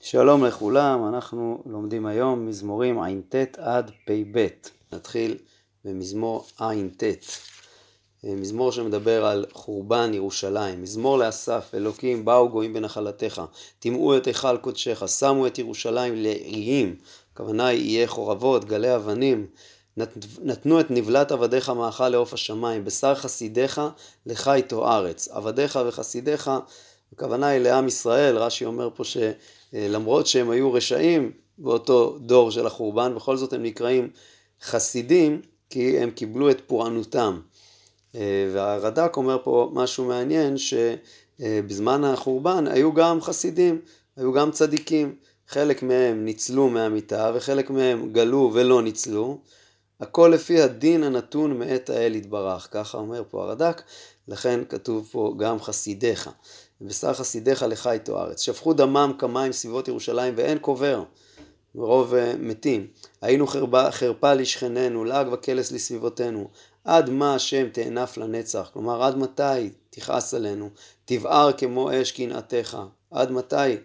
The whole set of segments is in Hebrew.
שלום לכולם, אנחנו לומדים היום מזמורים ע"ט עד פ"ב. נתחיל במזמור ע"ט, מזמור שמדבר על חורבן ירושלים. מזמור לאסף, אלוקים באו גויים בנחלתך, טימאו את היכל קודשך, שמו את ירושלים לאיים, הכוונה יהיה חורבות, גלי אבנים, נתנו את נבלת עבדיך מאכל לעוף השמיים, בשר חסידיך לך איתו ארץ. עבדיך וחסידיך, הכוונה היא לעם ישראל. רש"י אומר פה שלמרות שהם היו רשעים באותו דור של החורבן, בכל זאת הם נקראים חסידים, כי הם קיבלו את פורענותם. והרד"ק אומר פה משהו מעניין, שבזמן החורבן היו גם חסידים, היו גם צדיקים. חלק מהם ניצלו מהמיטה וחלק מהם גלו ולא ניצלו. הכל לפי הדין הנתון מאת האל יתברך, ככה אומר פה הרד"ק. לכן כתוב פה גם חסידיך, בשר חסידיך לך איתו ארץ. שפכו דמם כמים סביבות ירושלים ואין קובר, מרוב מתים. היינו חרפה לשכננו, לעג וקלס לסביבותינו. עד מה השם תענף לנצח, כלומר עד מתי תכעס עלינו, תבער כמו אש קנאתך, עד מתי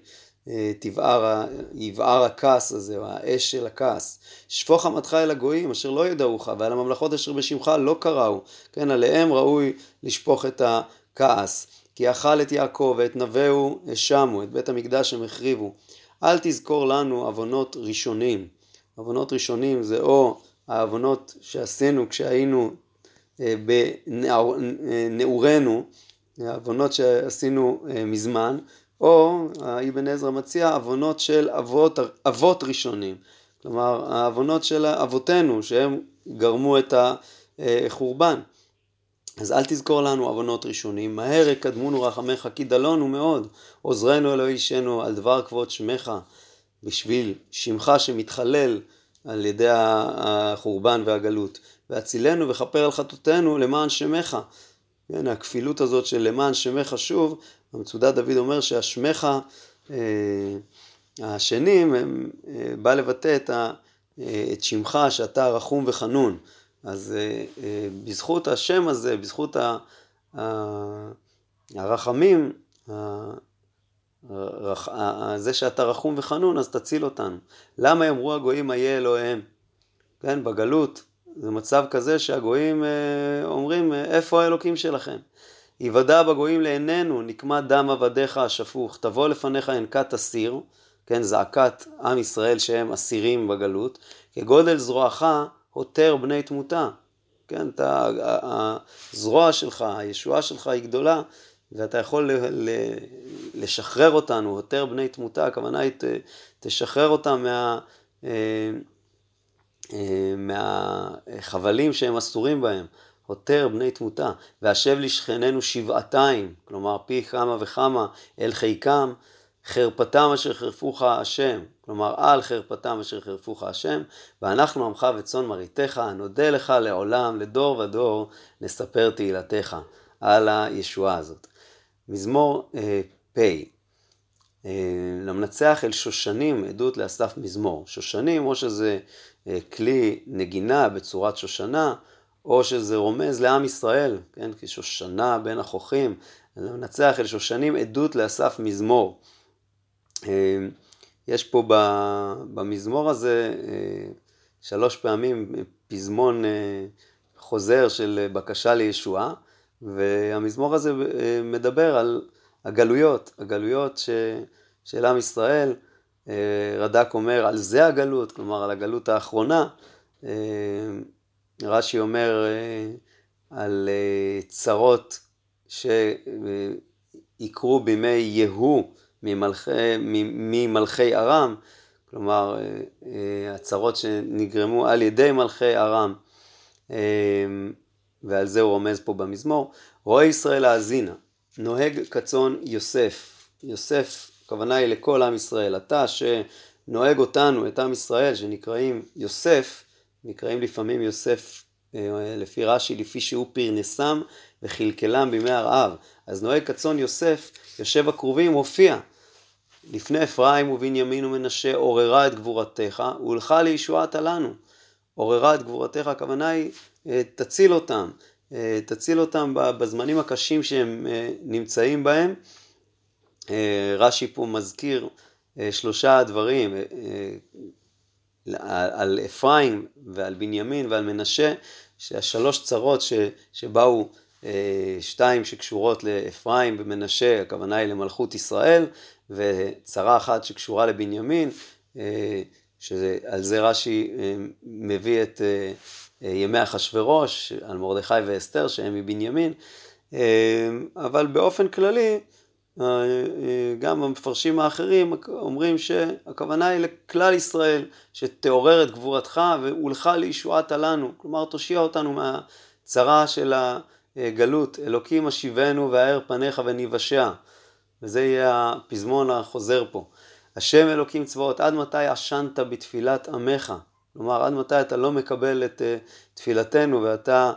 יבער הכעס הזה, או האש של הכעס. שפוך חמתך אל הגויים אשר לא ידעוך, ועל הממלכות אשר בשמך לא קראו, כן, עליהם ראוי לשפוך את הכעס. כי אכל את יעקב ואת נביאו השמו, את בית המקדש הם החריבו. אל תזכור לנו עוונות ראשונים. עוונות ראשונים זה או העוונות שעשינו כשהיינו בנעורנו, עוונות שעשינו מזמן, או אבן עזרא מציע עוונות של אבות ראשונים, כלומר העוונות של אבותינו שהם גרמו את החורבן. אז אל תזכור לנו עוונות ראשונים, מהר יקדמונו רחמך כי דלונו מאוד, עוזרנו אלוהי אישנו על דבר כבוד שמך, בשביל שמך שמתחלל על ידי החורבן והגלות, והצילנו וכפר על חטאותינו למען שמך. כן, הכפילות הזאת של למען שמך, שוב במצודת דוד אומר שהשמך השנים בא לבטא את שמך שאתה רחום וחנון. אז בזכות השם הזה, בזכות הרחמים, זה שאתה רחום וחנון, אז תציל אותנו. למה יאמרו הגויים איה אלוהיהם? כן, בגלות זה מצב כזה שהגויים אומרים איפה האלוקים שלכם? יוודע בגויים לעינינו נקמת דם עבדיך השפוך, תבוא לפניך ענקת אסיר, כן, זעקת עם ישראל שהם אסירים בגלות, כגודל זרועך הותר בני תמותה. כן, הזרוע שלך, הישועה שלך היא גדולה, ואתה יכול לשחרר אותנו, הותר בני תמותה, הכוונה היא תשחרר אותם מהחבלים שהם אסורים בהם, הותר בני תמותה. והשב לשכננו שבעתיים, כלומר פי כמה וכמה אל חיקם, חרפתם אשר חרפוך השם, כלומר על חרפתם אשר חרפוך השם, ואנחנו עמך וצאן מרעיתך, נודה לך לעולם, לדור ודור, נספר תהילתך, על הישועה הזאת. מזמור פ' למנצח אל שושנים, עדות לאסף מזמור. שושנים או שזה כלי נגינה בצורת שושנה, או שזה רומז לעם ישראל, כן, כשושנה בין החוכים. למנצח אל שושנים, עדות לאסף מזמור. יש פה במזמור הזה 3 פעמים פזמון חוזר של בקשה לישועה, והמזמור הזה מדבר על הגלויות של עם ישראל. רד"ק אומר על זה הגלות, כלומר על הגלות האחרונה. רש"י אומר על צרות שיקרו בימי יהוא ממלכי ארם, כלומר הצרות שנגרמו על ידי מלכי ארם, ועל זה הוא רומז פה במזמור. רואה ישראל האזינה, נוהג כצאן יוסף. יוסף, הכוונה היא לכל עם ישראל. אתה שנוהג אותנו, את עם ישראל, שנקראים יוסף, נקראים לפעמים יוסף לפי רש"י, לפי שהוא פרנסם וחלקלם בימי הרעב. אז נוהג כצאן יוסף, יושב הקרובים, הופיע לפני אפרים ובנימין ומנשה, עוררה את גבורתך והולכה לישועתה לנו. עוררה את גבורתך, הכוונה היא תציל אותם, תציל אותם בזמנים הקשים שהם נמצאים בהם. רש"י פה מזכיר שלושה דברים, על אפרים ועל בנימין ועל מנשה, שהשלוש צרות שבאו, שתיים שקשורות לאפרים ומנשה, הכוונה היא למלכות ישראל, וצרה אחת שקשורה לבנימין, שעל זה רש"י מביא את ימי אחשוורוש, על מרדכי ואסתר שהם מבנימין, אבל באופן כללי, גם המפרשים האחרים אומרים שהכוונה היא לכלל ישראל, שתעורר את גבורתך והולך לישועתה לנו, כלומר תושיע אותנו מהצרה של הגלות, אלוקים השיבנו והאר פניך וניוושע, וזה יהיה הפזמון החוזר פה. השם אלוקים צבאות, עד מתי עשנת בתפילת עמך? כלומר, עד מתי אתה לא מקבל את תפילתנו ואתה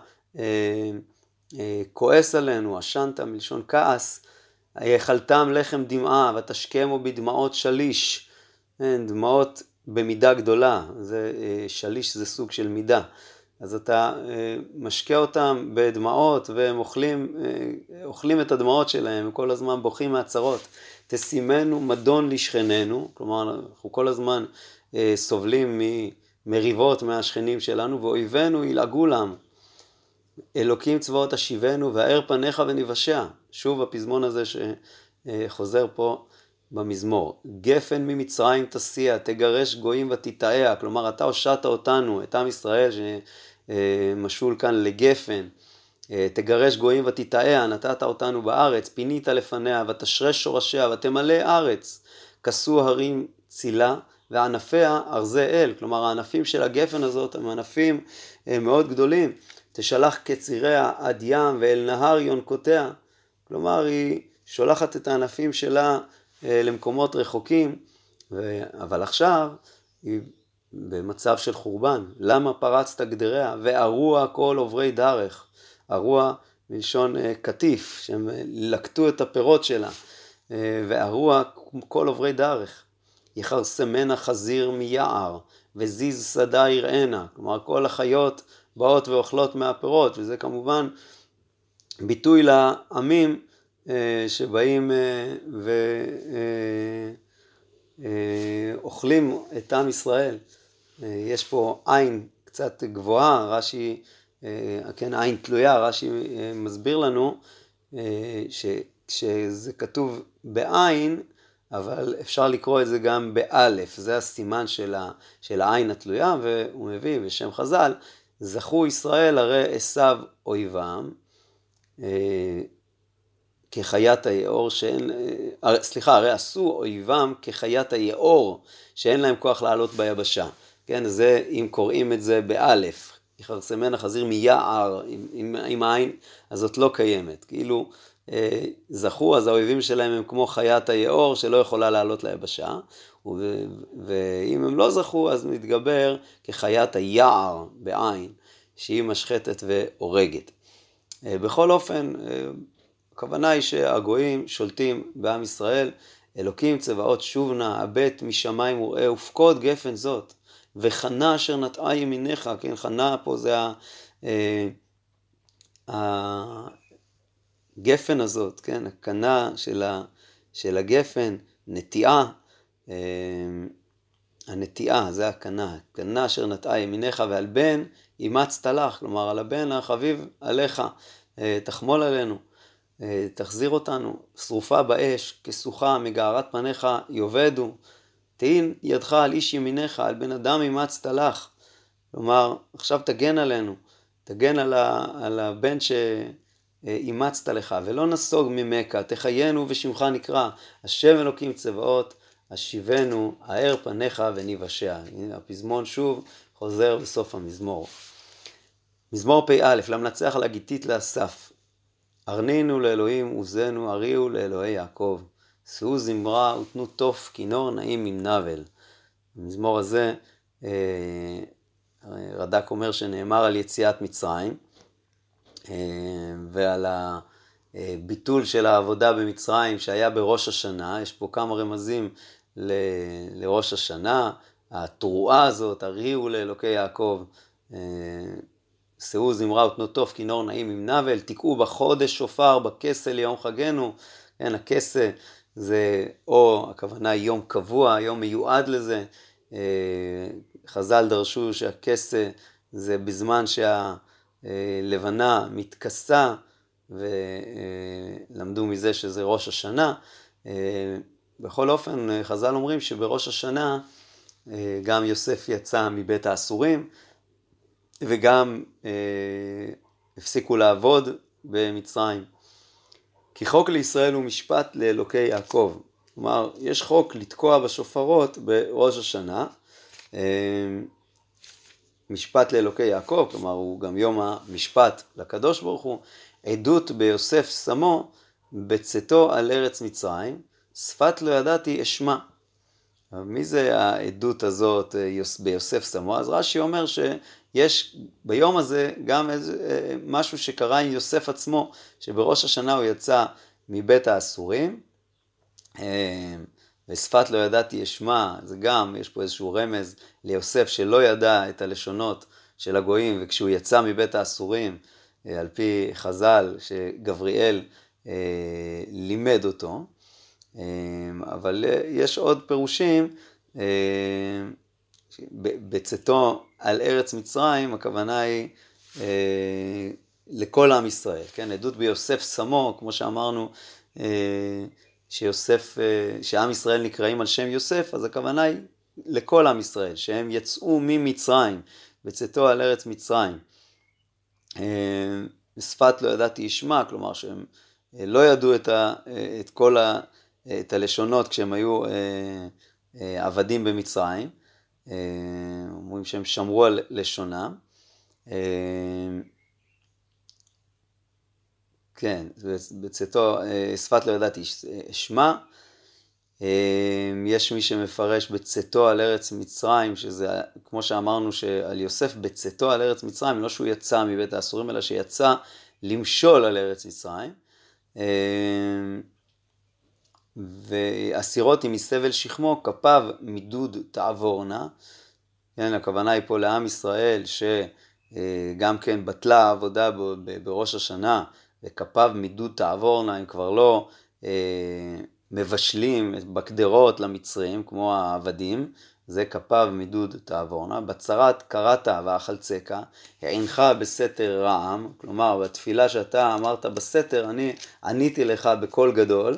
כועס עלינו, עשנת מלשון כעס, יאכלתם לחם דמעה ותשכמו בדמעות שליש, דמעות במידה גדולה, זה שליש זה סוג של מידה, אז אתה משקה אותם בדמעות והם אוכלים את הדמעות שלהם, כל הזמן בוכים מהצרות. תשימנו מדון לשכננו, כלומר אנחנו כל הזמן סובלים ממריבות מהשכנים שלנו, ואויבינו ילעגו להם. אלוקים צבאות השיבנו והאר פניך וניוושע. שוב הפזמון הזה שחוזר פה במזמור. גפן ממצרים תסיע, תגרש גויים ותתאע, כלומר אתה הושעת אותנו, את עם ישראל שמשול כאן לגפן, תגרש גויים ותתאע, נתת אותנו בארץ, פינית לפניה ותשרש שורשיה ותמלא ארץ, כסו הרים צילה וענפיה ארזי אל, כלומר הענפים של הגפן הזאת הם ענפים מאוד גדולים, תשלח קציריה עד ים ואל נהר יונקותיה, כלומר היא שולחת את הענפים שלה למקומות רחוקים, אבל עכשיו היא במצב של חורבן. למה פרצת גדריה? וארוע כל עוברי דרך, ארוע מלשון כתיף, שהם לקטו את הפירות שלה, וארוע כל עוברי דרך. יחרסמנה חזיר מיער וזיז שדה יראנה, כלומר כל החיות באות ואוכלות מהפירות, וזה כמובן ביטוי לעמים שבאים ואוכלים את עם ישראל. יש פה עין קצת גבוהה, רש"י, כן, עין תלויה, רש"י מסביר לנו שכשזה כתוב בעין, אבל אפשר לקרוא את זה גם באלף, זה הסימן של העין התלויה, והוא מביא בשם חז"ל, זכו ישראל הרי עשיו אויבם, כחיית היאור שאין, הרי עשו אויבם כחיית היאור שאין להם כוח לעלות ביבשה. כן, זה אם קוראים את זה באלף, יחרסמנה חזיר מיער, עם העין, אז זאת לא קיימת. כאילו זכו, אז האויבים שלהם הם כמו חיית היאור שלא יכולה לעלות ליבשה, ואם הם לא זכו אז מתגבר כחיית היער בעין, שהיא משחטת והורגת. בכל אופן, הכוונה היא שהגויים שולטים בעם ישראל, אלוקים צבאות שובנה, הבט משמיים וראה, ופקוד גפן זאת, וחנה אשר נטעה ימיניך, כן, חנה פה זה הגפן הזאת, כן, הקנה של הגפן, נטיעה, הנטיעה זה הקנה, קנה אשר נטעה ימיניך, ועל בן אימצת לך, כלומר על הבן החביב עליך, תחמול עלינו, תחזיר אותנו, שרופה באש, כסוחה, מגערת פניך יובדו, תהין ידך על איש ימיניך, על בן אדם אימצת לך, כלומר עכשיו תגן עלינו, תגן על הבן שאימצת לך, ולא נסוג ממך, תחיינו ושמך נקרא, השם אלוקים צבאות, השיבנו, האר פניך וניוושע. הנה הפזמון שוב חוזר בסוף המזמור. מזמור פ"א, למנצח על הגיתית לאסף. ארנינו לאלוהים עוזנו, אריהו לאלוהי יעקב. שאו זמרה ותנו תוף, כינור נעים עם נבל. במזמור הזה רד"ק אומר שנאמר על יציאת מצרים, ועל הביטול של העבודה במצרים שהיה בראש השנה. יש פה כמה רמזים לראש השנה, התרועה הזאת, אריהו לאלוקי יעקב, שאו זמרה ותנו תוף, כינור נעים עם נבל, תקעו בחודש שופר בכסה ליום חגנו, כן, הכסה זה או הכוונה יום קבוע, יום מיועד לזה. חז"ל דרשו שהכסה זה בזמן שהלבנה מתכסה, ולמדו מזה שזה ראש השנה. בכל אופן, חז"ל אומרים שבראש השנה גם יוסף יצא מבית האסורים, וגם הפסיקו לעבוד במצרים. כי חוק לישראל הוא משפט לאלוקי יעקב. כלומר, יש חוק לתקוע בשופרות בראש השנה, משפט לאלוקי יעקב, כלומר הוא גם יום המשפט לקדוש ברוך הוא, עדות ביוסף שמו בצאתו על ארץ מצרים, שפת לא ידעתי אשמע. מי זה העדות הזאת ביוסף שמו? אז רש"י אומר שיש ביום הזה גם משהו שקרה עם יוסף עצמו, שבראש השנה הוא יצא מבית האסורים, ושפת לא ידעתי אשמע, זה גם, יש פה איזשהו רמז ליוסף שלא ידע את הלשונות של הגויים, וכשהוא יצא מבית האסורים, על פי חז"ל שגבריאל לימד אותו, אבל יש עוד פירושים, בצאתו על ארץ מצרים, הכוונה היא לכל עם ישראל, כן? עדות ביוסף שמו, כמו שאמרנו, שעם ישראל נקראים על שם יוסף, אז הכוונה היא לכל עם ישראל, שהם יצאו ממצרים, בצאתו על ארץ מצרים. שפת לא ידעתי ישמע, כלומר שהם לא ידעו את כל את הלשונות כשהם היו עבדים במצרים, אומרים שהם שמרו על לשונם. כן, בצאתו שפת לא ידעתי אשמע. יש מי שמפרש בצאתו על ארץ מצרים, שזה כמו שאמרנו שעל יוסף בצאתו על ארץ מצרים, לא שהוא יצא מבית האסורים, אלא שיצא למשול על ארץ מצרים. ואסירות עם מסבל שכמו, כפיו מדוד תעבורנה. כן, הכוונה היא פה לעם ישראל שגם כן בטלה העבודה בראש השנה, וכפיו מדוד תעבורנה, הם כבר לא מבשלים בקדרות למצרים כמו העבדים, זה כפיו מדוד תעבורנה. בצרת קראת ואכלצך, העינך בסתר רעם, כלומר בתפילה שאתה אמרת בסתר, אני עניתי לך בקול גדול,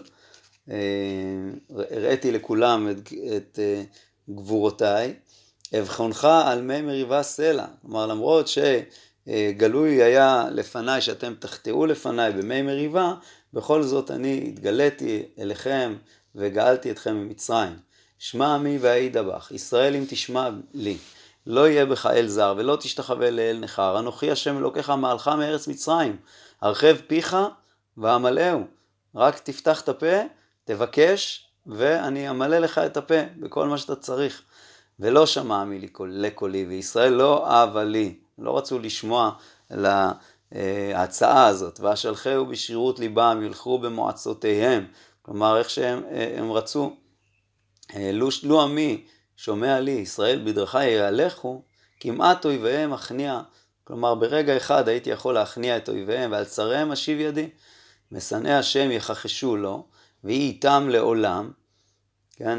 הראיתי לכולם את גבורותיי, אבחונך על מי מריבה סלע, כלומר למרות שגלוי היה לפניי שאתם תחטאו לפניי במי מריבה, בכל זאת אני התגליתי אליכם וגאלתי אתכם ממצרים. שמע עמי והעידה בך, ישראל אם תשמע לי, לא יהיה בך אל זר ולא תשתחווה לאל נחר, אנוכי השם אלוקיך מעלך מארץ מצרים, הרחב פיך ואמלאהו, רק תפתח את הפה, תבקש ואני אמלא לך את הפה בכל מה שאתה צריך. ולא שמע עמי לקולי, וישראל לא אהבה לי, לא רצו לשמוע להצעה הזאת, ואשלחהו בשרירות ליבם, ילכו במועצותיהם, כלומר איך שהם רצו, לו עמי שומע לי, ישראל בדרכי יהלכו, כמעט אויביהם אכניע, כלומר ברגע אחד הייתי יכול להכניע את אויביהם, ועל צריהם אשיב ידי, משנאי השם יחחשו לו, והיא איתם לעולם, כן,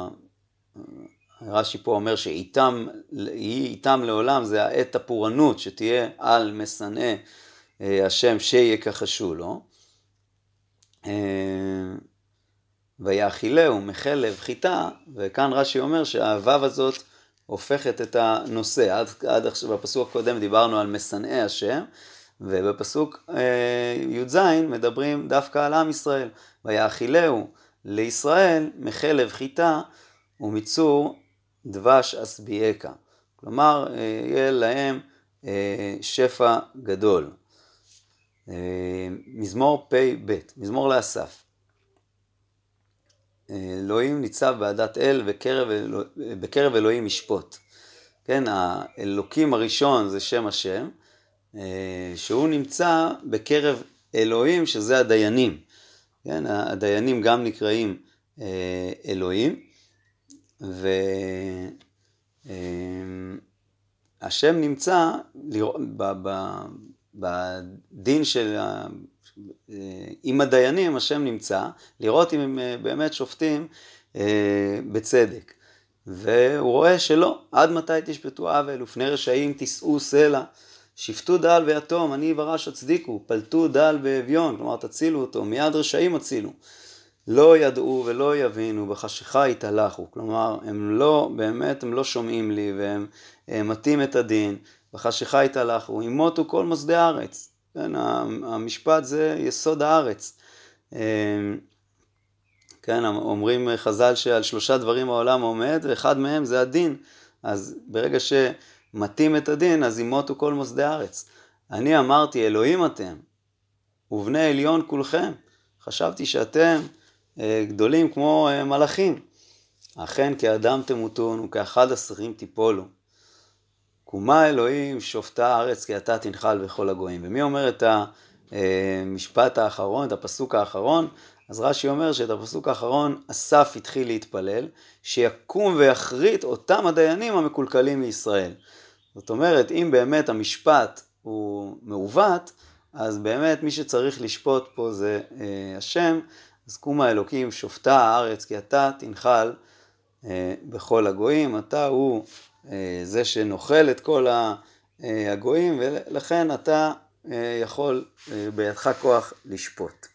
רש"י פה אומר שהיא איתם לעולם, זה העת הפורענות שתהיה על משנאי השם שיכחשו לו. ויאכילהו מחלב חיטה, וכאן רש"י אומר שהוו הזאת הופכת את הנושא. עד עכשיו בפסוק הקודם דיברנו על משנאי השם, ובפסוק י"ז מדברים דווקא על עם ישראל. ויאכילהו לישראל מחלב חיטה ומצור דבש אסביעקה. כלומר, יהיה להם שפע גדול. מזמור פ"ב, מזמור לאסף. אלוהים ניצב בעדת אל, בקרב אלוהים ישפוט. כן, האלוקים הראשון זה שם השם, שהוא נמצא בקרב אלוהים, שזה הדיינים. כן, הדיינים גם נקראים אלוהים, והשם נמצא בדין עם הדיינים השם נמצא, לראות אם הם באמת שופטים בצדק. והוא רואה שלא, עד מתי תשפטו עוול, ופני רשעים תישאו סלע, שפטו דל ויתום, אני ורש הצדיקו, פלטו דל ואביון, כלומר תצילו אותו, מיד רשעים הצילו. לא ידעו ולא יבינו, בחשיכה יתהלכו, כלומר הם לא, באמת הם לא שומעים לי, והם מטים את הדין, בחשיכה יתהלכו, ימותו כל מוסדי הארץ. כן, המשפט זה יסוד הארץ. כן, אומרים חז"ל שעל 3 דברים העולם עומד, ואחד מהם זה הדין. אז ברגע שמתים את הדין, אז ימותו כל מוסדי הארץ. אני אמרתי, אלוהים אתם, ובני עליון כולכם. חשבתי שאתם גדולים כמו מלאכים. אכן כאדם תמותון, וכאחד השרים תיפולו. קומה אלוהים שופטה הארץ, כי אתה תנחל בכל הגויים. ומי אומר את המשפט האחרון, את הפסוק האחרון? אז רש"י אומר שאת הפסוק האחרון אסף התחיל להתפלל, שיקום ויחריט אותם הדיינים המקולקלים מישראל. זאת אומרת, אם באמת המשפט הוא מעוות, אז באמת מי שצריך לשפוט פה זה השם. אז קומה אלוקים שופטה הארץ, כי אתה תנחל בכל הגויים, אתה הוא זה שנוכל את כל הגויים, ולכן אתה יכול בידך כוח לשפוט.